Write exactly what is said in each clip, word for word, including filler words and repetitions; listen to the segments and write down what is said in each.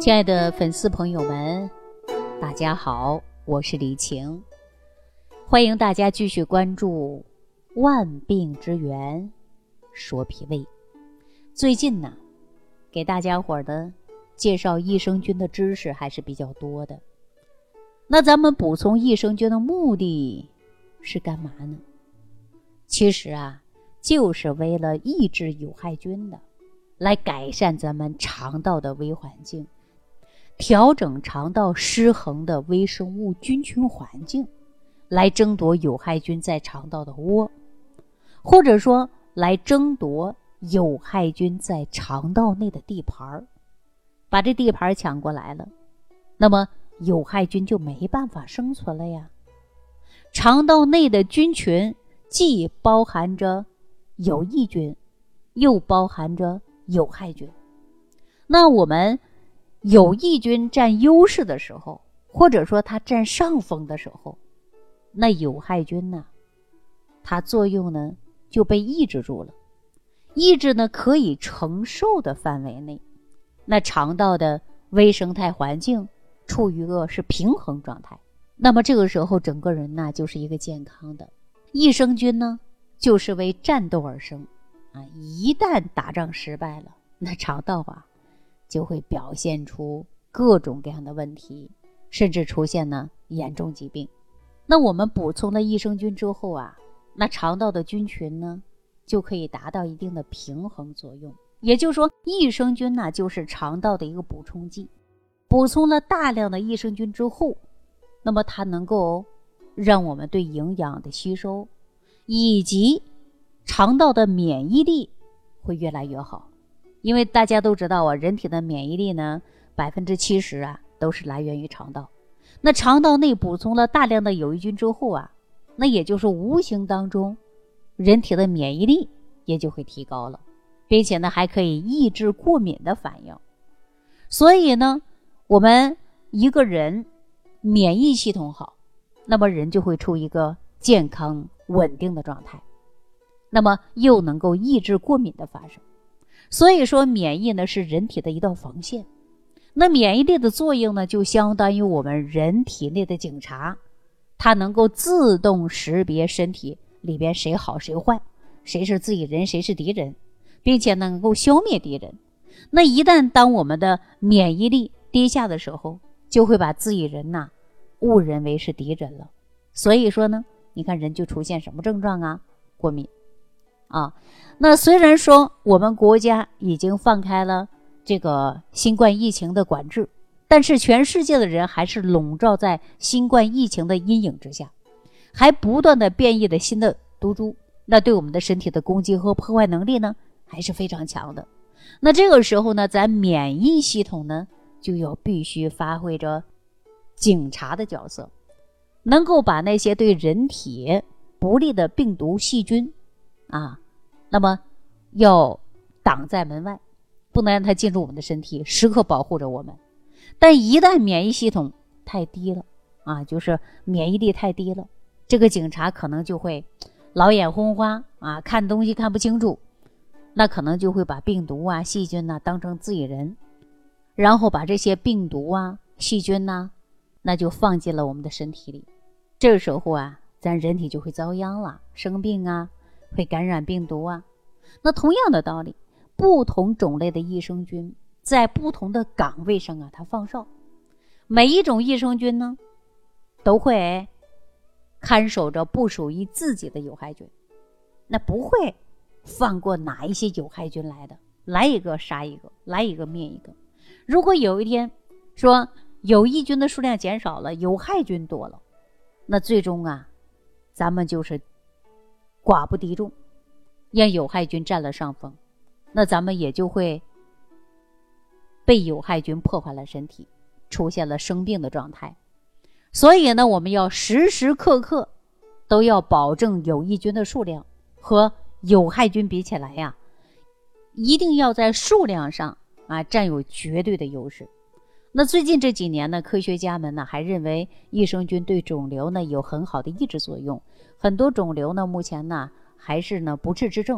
亲爱的粉丝朋友们，大家好，我是李晴，欢迎大家继续关注万病之源说脾胃。最近呢，给大家伙儿的介绍益生菌的知识还是比较多的。那咱们补充益生菌的目的是干嘛呢？其实啊，就是为了抑制有害菌的，来改善咱们肠道的微环境，调整肠道失衡的微生物菌群环境，来争夺有害菌在肠道的窝，或者说来争夺有害菌在肠道内的地盘，把这地盘抢过来了，那么有害菌就没办法生存了呀。肠道内的菌群既包含着有益菌，又包含着有害菌。那我们有益菌占优势的时候，或者说它占上风的时候，那有害菌呢，它作用呢就被抑制住了。抑制呢可以承受的范围内，那肠道的微生态环境处于一个是平衡状态，那么这个时候整个人呢就是一个健康的。益生菌呢就是为战斗而生啊，一旦打仗失败了，那肠道啊就会表现出各种各样的问题，甚至出现呢严重疾病。那我们补充了益生菌之后啊，那肠道的菌群呢就可以达到一定的平衡作用。也就是说，益生菌呢就是肠道的一个补充剂。补充了大量的益生菌之后，那么它能够让我们对营养的吸收以及肠道的免疫力会越来越好。因为大家都知道啊，人体的免疫力呢 百分之七十 啊都是来源于肠道。那肠道内补充了大量的有益菌之后啊，那也就是无形当中人体的免疫力也就会提高了，并且呢还可以抑制过敏的反应。所以呢我们一个人免疫系统好，那么人就会处于一个健康稳定的状态，那么又能够抑制过敏的发生。所以说免疫呢是人体的一道防线。那免疫力的作用呢就相当于我们人体内的警察，它能够自动识别身体里边谁好谁坏，谁是自己人谁是敌人，并且能够消灭敌人。那一旦当我们的免疫力低下的时候，就会把自己人呐、啊、误认为是敌人了。所以说呢，你看人就出现什么症状啊？过敏啊。那虽然说我们国家已经放开了这个新冠疫情的管制，但是全世界的人还是笼罩在新冠疫情的阴影之下，还不断的变异的新的毒株，那对我们的身体的攻击和破坏能力呢还是非常强的。那这个时候呢，咱免疫系统呢就要必须发挥着警察的角色，能够把那些对人体不利的病毒细菌啊，那么要挡在门外，不能让它进入我们的身体，时刻保护着我们。但一旦免疫系统太低了啊，就是免疫力太低了，这个警察可能就会老眼昏花啊，看东西看不清楚，那可能就会把病毒啊细菌啊当成自己人，然后把这些病毒啊细菌啊那就放进了我们的身体里。这个时候啊，咱人体就会遭殃了，生病啊，会感染病毒啊。那同样的道理，不同种类的益生菌在不同的岗位上啊，它放哨。每一种益生菌呢都会看守着不属于自己的有害菌，那不会放过哪一些有害菌来的，来一个杀一个，来一个灭一个。如果有一天说有益菌的数量减少了，有害菌多了，那最终啊咱们就是寡不敌众，让有害菌占了上风，那咱们也就会被有害菌破坏了身体，出现了生病的状态。所以呢，我们要时时刻刻都要保证有益菌的数量和有害菌比起来呀，一定要在数量上啊占有绝对的优势。那最近这几年呢，科学家们呢还认为益生菌对肿瘤呢有很好的抑制作用，很多肿瘤呢目前呢还是呢不治之症。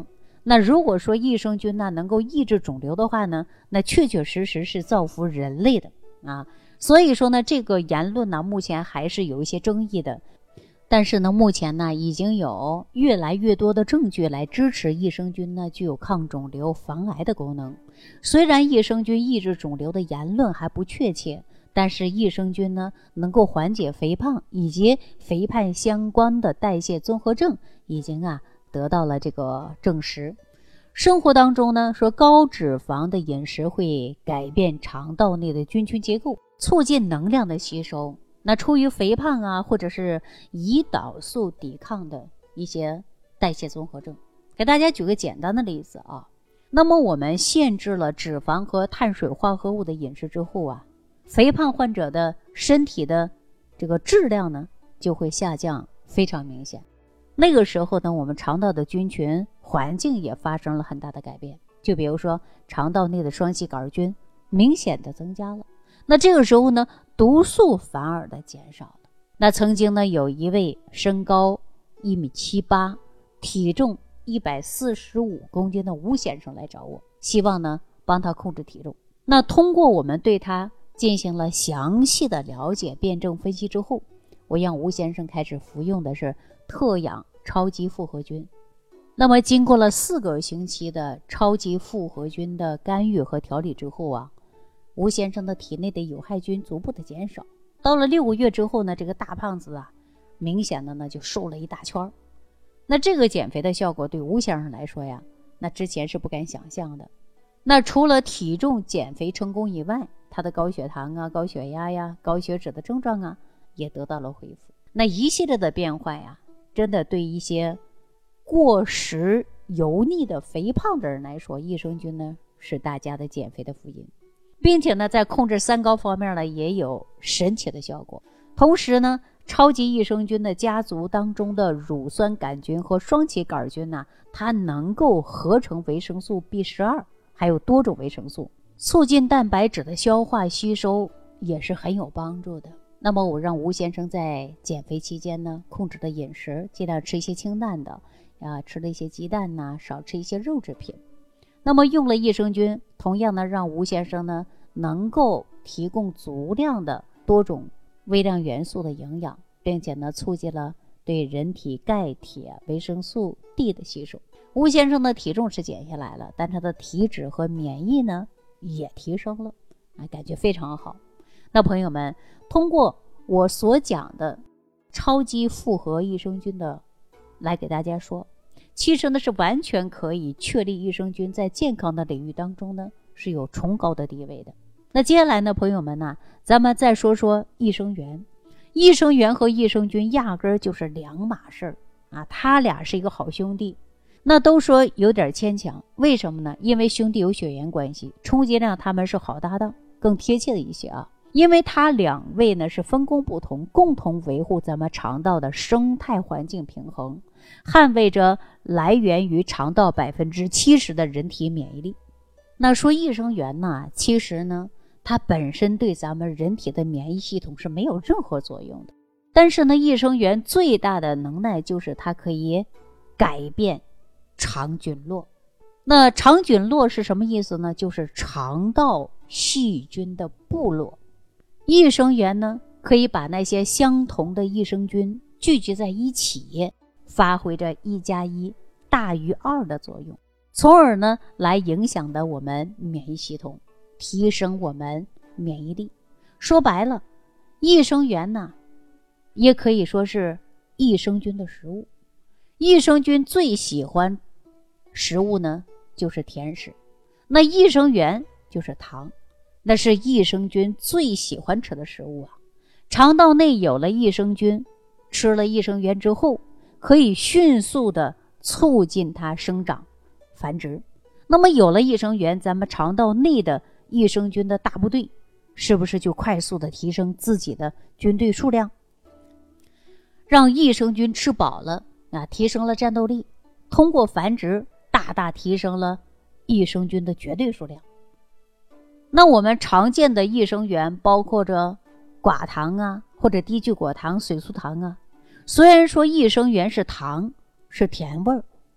那如果说益生菌呢能够抑制肿瘤的话呢，那确确实实是造福人类的啊。所以说呢，这个言论呢目前还是有一些争议的。但是呢，目前呢已经有越来越多的证据来支持益生菌呢具有抗肿瘤、防癌的功能。虽然益生菌抑制肿瘤的言论还不确切，但是益生菌呢能够缓解肥胖以及肥胖相关的代谢综合症已经啊得到了这个证实。生活当中呢，说高脂肪的饮食会改变肠道内的菌群结构，促进能量的吸收。那出于肥胖啊，或者是胰岛素抵抗的一些代谢综合症。给大家举个简单的例子啊，那么我们限制了脂肪和碳水化合物的饮食之后啊，肥胖患者的身体的这个质量呢就会下降非常明显。那个时候呢，我们肠道的菌群环境也发生了很大的改变，就比如说肠道内的双歧杆菌明显的增加了。那这个时候呢，毒素反而的减少了。那曾经呢，有一位身高一米七八，体重一百四十五公斤的吴先生来找我，希望呢帮他控制体重。那通过我们对他进行了详细的了解、辩证分析之后，我让吴先生开始服用的是特养超级复合菌。那么经过了四个星期的超级复合菌的干预和调理之后啊，吴先生的体内的有害菌逐步的减少。到了六个月之后呢，这个大胖子啊，明显的呢就瘦了一大圈。那这个减肥的效果对吴先生来说呀，那之前是不敢想象的。那除了体重减肥成功以外，他的高血糖啊、高血压呀、高血脂的症状啊也得到了恢复。那一系列的变化呀，真的对一些过食油腻的肥胖的人来说，益生菌呢是大家的减肥的福音，并且呢在控制三高方面呢也有神奇的效果。同时呢，超级益生菌的家族当中的乳酸杆菌和双歧杆菌呢，它能够合成维生素 B 十二， 还有多种维生素，促进蛋白质的消化吸收也是很有帮助的。那么我让吴先生在减肥期间呢，控制的饮食尽量吃一些清淡的啊，吃了一些鸡蛋呐、啊，少吃一些肉制品。那么用了益生菌，同样呢让吴先生呢能够提供足量的多种微量元素的营养，并且呢促进了对人体钙、铁、维生素 D 的吸收。吴先生的体重是减下来了，但他的体脂和免疫呢也提升了啊，感觉非常好。那朋友们，通过我所讲的超级复合益生菌的来给大家说，其实呢是完全可以确立益生菌在健康的领域当中呢是有崇高的地位的。那接下来呢，朋友们呢，咱们再说说益生元。益生元和益生菌压根儿就是两码事儿啊，他俩是一个好兄弟。那都说有点牵强，为什么呢？因为兄弟有血缘关系，充其量他们是好搭档，更贴切的一些啊。因为他两位呢是分工不同，共同维护咱们肠道的生态环境平衡，捍卫着来源于肠道百分之七十的人体免疫力。那说益生元呢，其实呢它本身对咱们人体的免疫系统是没有任何作用的，但是呢益生元最大的能耐就是它可以改变肠菌落。那肠菌落是什么意思呢？就是肠道细菌的部落。益生元呢可以把那些相同的益生菌聚集在一起，发挥着一加一大于二的作用，从而呢来影响的我们免疫系统，提升我们免疫力。说白了，益生元呢也可以说是益生菌的食物。益生菌最喜欢食物呢就是甜食，那益生元就是糖，那是益生菌最喜欢吃的食物啊。肠道内有了益生菌，吃了益生元之后，可以迅速的促进它生长繁殖。那么有了益生元，咱们肠道内的益生菌的大部队是不是就快速的提升自己的军队数量，让益生菌吃饱了啊，提升了战斗力，通过繁殖大大提升了益生菌的绝对数量。那我们常见的益生元包括着寡糖啊，或者低聚果糖、水素糖啊。虽然说益生元是糖，是甜味儿，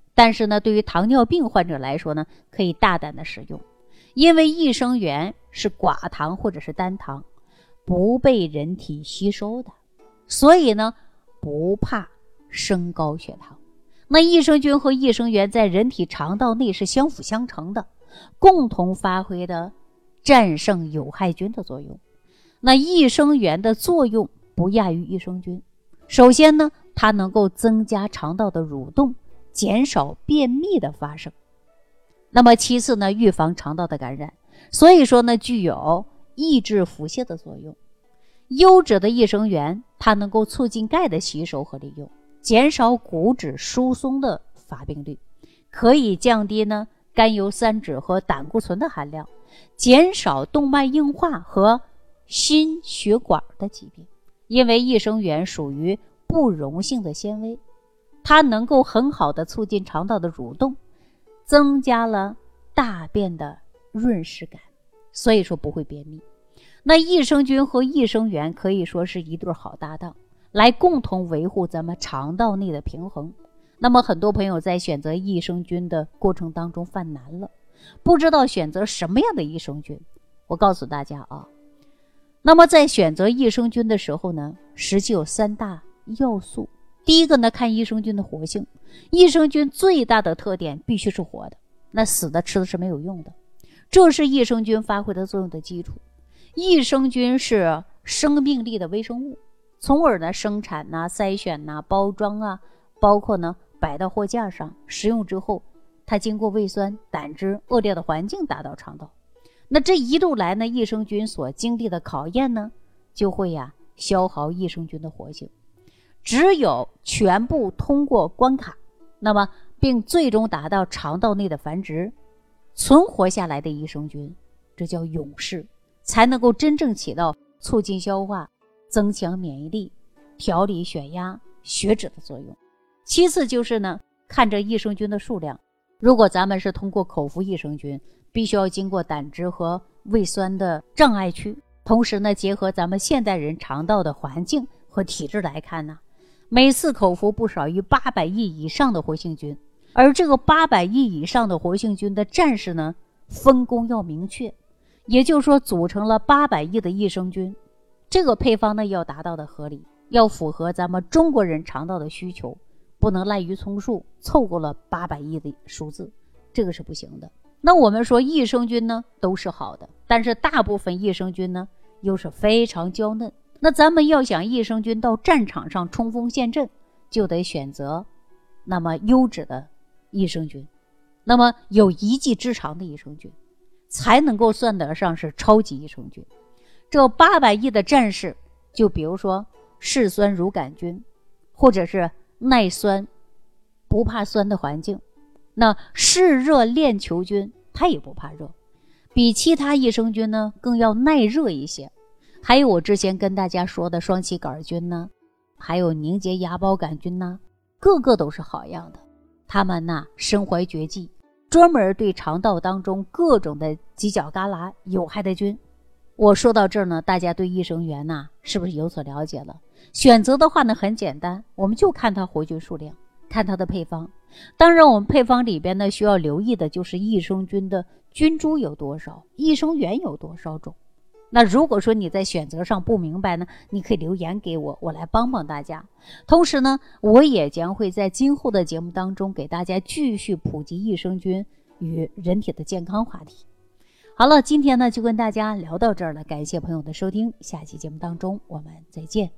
但是呢，对于糖尿病患者来说呢，可以大胆的使用，因为益生元是寡糖或者是单糖，不被人体吸收的，所以呢，不怕升高血糖。那益生菌和益生元在人体肠道内是相辅相成的，共同发挥的战胜有害菌的作用。那益生元的作用不亚于益生菌。首先呢，它能够增加肠道的蠕动，减少便秘的发生。那么其次呢，预防肠道的感染，所以说呢，具有抑制腹泻的作用。优质的益生元，它能够促进钙的吸收和利用，减少骨质疏松的发病率，可以降低呢甘油三酯和胆固醇的含量，减少动脉硬化和心血管的疾病。因为益生元属于不溶性的纤维，它能够很好的促进肠道的蠕动，增加了大便的润湿感，所以说不会便秘。那益生菌和益生元可以说是一对好搭档，来共同维护咱们肠道内的平衡。那么很多朋友在选择益生菌的过程当中犯难了，不知道选择什么样的益生菌。我告诉大家啊，那么在选择益生菌的时候呢，实际有三大要素。第一个呢，看益生菌的活性。益生菌最大的特点必须是活的，那死的吃的是没有用的，这是益生菌发挥的作用的基础。益生菌是生命力的微生物，从而呢生产啊、筛选啊、包装啊，包括呢摆到货架上，食用之后，它经过胃酸、胆汁恶劣的环境达到肠道。那这一路来呢，益生菌所经历的考验呢，就会呀、啊、消耗益生菌的活性。只有全部通过关卡，那么并最终达到肠道内的繁殖，存活下来的益生菌，这叫勇士，才能够真正起到促进消化、增强免疫力、调理血压、血脂的作用。其次就是呢，看着益生菌的数量。如果咱们是通过口服益生菌，必须要经过胆汁和胃酸的障碍区，同时呢，结合咱们现代人肠道的环境和体质来看呢，每次口服不少于八百亿以上的活性菌，而这个八百亿以上的活性菌的战士呢，分工要明确，也就是说组成了八百亿的益生菌，这个配方呢要达到的合理，要符合咱们中国人肠道的需求，不能滥竽充数，凑够了八百亿的数字，这个是不行的。那我们说益生菌呢都是好的，但是大部分益生菌呢又是非常娇嫩。那咱们要想益生菌到战场上冲锋陷阵，就得选择那么优质的益生菌，那么有一技之长的益生菌，才能够算得上是超级益生菌。这八百亿的战士，就比如说嗜酸乳杆菌，或者是耐酸不怕酸的环境，那嗜热链球菌它也不怕热，比其他益生菌呢更要耐热一些。还有我之前跟大家说的双歧杆菌呢，还有凝结芽孢杆菌呢，个个都是好样的。他们呢身怀绝技，专门对肠道当中各种的犄角旮旯有害的菌。我说到这儿呢，大家对益生元呢是不是有所了解了？选择的话呢很简单，我们就看它活菌数量，看它的配方。当然我们配方里边呢需要留意的就是益生菌的菌株有多少，益生元有多少种。那如果说你在选择上不明白呢，你可以留言给我，我来帮帮大家。同时呢，我也将会在今后的节目当中给大家继续普及益生菌与人体的健康话题。好了，今天呢就跟大家聊到这儿了，感谢朋友的收听，下期节目当中我们再见。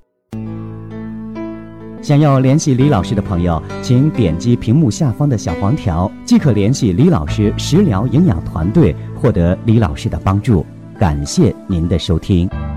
想要联系李老师的朋友，请点击屏幕下方的小黄条，即可联系李老师食疗营养团队，获得李老师的帮助。感谢您的收听。